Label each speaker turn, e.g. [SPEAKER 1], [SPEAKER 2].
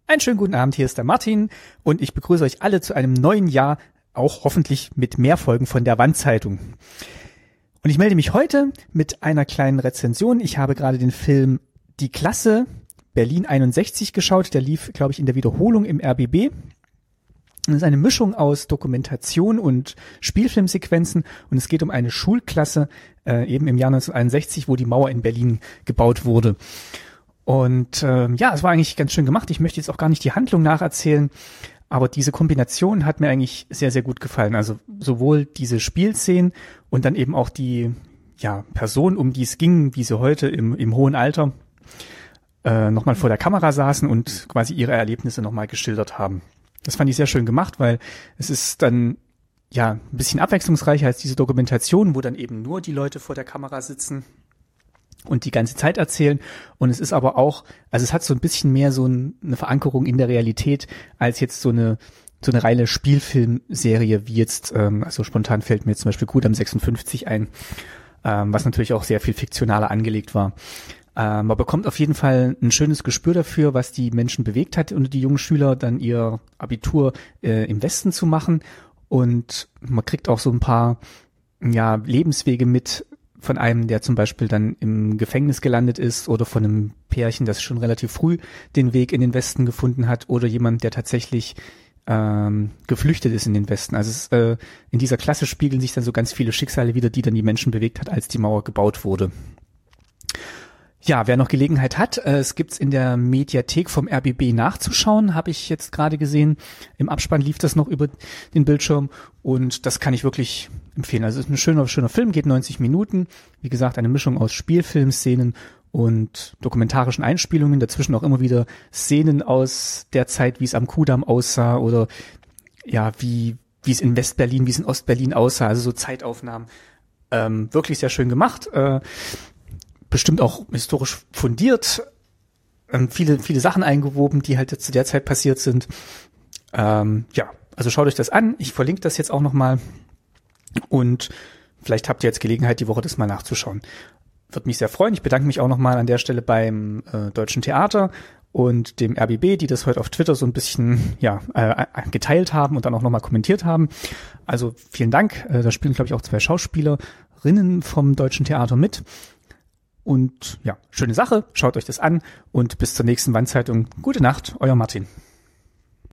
[SPEAKER 1] Einen schönen guten Abend, hier ist der Martin und ich begrüße euch alle zu einem neuen Jahr, auch hoffentlich mit mehr Folgen von der Wandzeitung. Und ich melde mich heute mit einer kleinen Rezension. Ich habe gerade den Film Die Klasse Berlin 61 geschaut, der lief, glaube ich, in der Wiederholung im RBB. Das ist eine Mischung aus Dokumentation und Spielfilmsequenzen und es geht um eine Schulklasse eben im Jahr 1961, wo die Mauer in Berlin gebaut wurde. Und es war eigentlich ganz schön gemacht. Ich möchte jetzt auch gar nicht die Handlung nacherzählen, aber diese Kombination hat mir eigentlich sehr, sehr gut gefallen. Also sowohl diese Spielszenen und dann eben auch die Personen, um die es ging, wie sie heute im hohen Alter nochmal vor der Kamera saßen und quasi ihre Erlebnisse nochmal geschildert haben. Das fand ich sehr schön gemacht, weil es ist dann ein bisschen abwechslungsreicher als diese Dokumentation, wo dann eben nur die Leute vor der Kamera sitzen und die ganze Zeit erzählen. Und es ist aber auch, also es hat so ein bisschen mehr so eine Verankerung in der Realität als jetzt so eine reine Spielfilmserie wie jetzt, also spontan fällt mir jetzt zum Beispiel Kudam 56 ein, was natürlich auch sehr viel fiktionaler angelegt war. Man bekommt auf jeden Fall ein schönes Gespür dafür, was die Menschen bewegt hat und die jungen Schüler dann ihr Abitur im Westen zu machen. Und man kriegt auch so ein paar Lebenswege mit von einem, der zum Beispiel dann im Gefängnis gelandet ist oder von einem Pärchen, das schon relativ früh den Weg in den Westen gefunden hat oder jemand, der tatsächlich geflüchtet ist in den Westen. Also in dieser Klasse spiegeln sich dann so ganz viele Schicksale wieder, die dann die Menschen bewegt hat, als die Mauer gebaut wurde. Ja, wer noch Gelegenheit hat, es gibt's in der Mediathek vom RBB nachzuschauen, habe ich jetzt gerade gesehen. Im Abspann lief das noch über den Bildschirm und das kann ich wirklich empfehlen. Also es ist ein schöner Film, geht 90 Minuten. Wie gesagt, eine Mischung aus Spielfilmszenen und dokumentarischen Einspielungen. Dazwischen auch immer wieder Szenen aus der Zeit, wie es am Kudamm aussah oder wie es in Westberlin, wie es in Ostberlin aussah. Also so Zeitaufnahmen. Wirklich sehr schön gemacht. Bestimmt auch historisch fundiert, viele Sachen eingewoben, die halt zu der Zeit passiert sind. Also schaut euch das an. Ich verlinke das jetzt auch nochmal und vielleicht habt ihr jetzt Gelegenheit, die Woche das mal nachzuschauen. Würde mich sehr freuen. Ich bedanke mich auch nochmal an der Stelle beim Deutschen Theater und dem RBB, die das heute auf Twitter so ein bisschen geteilt haben und dann auch nochmal kommentiert haben. Also vielen Dank. Da spielen, glaube ich, auch 2 Schauspielerinnen vom Deutschen Theater mit. Und schöne Sache, schaut euch das an und bis zur nächsten Wandzeitung. Gute Nacht, euer Martin.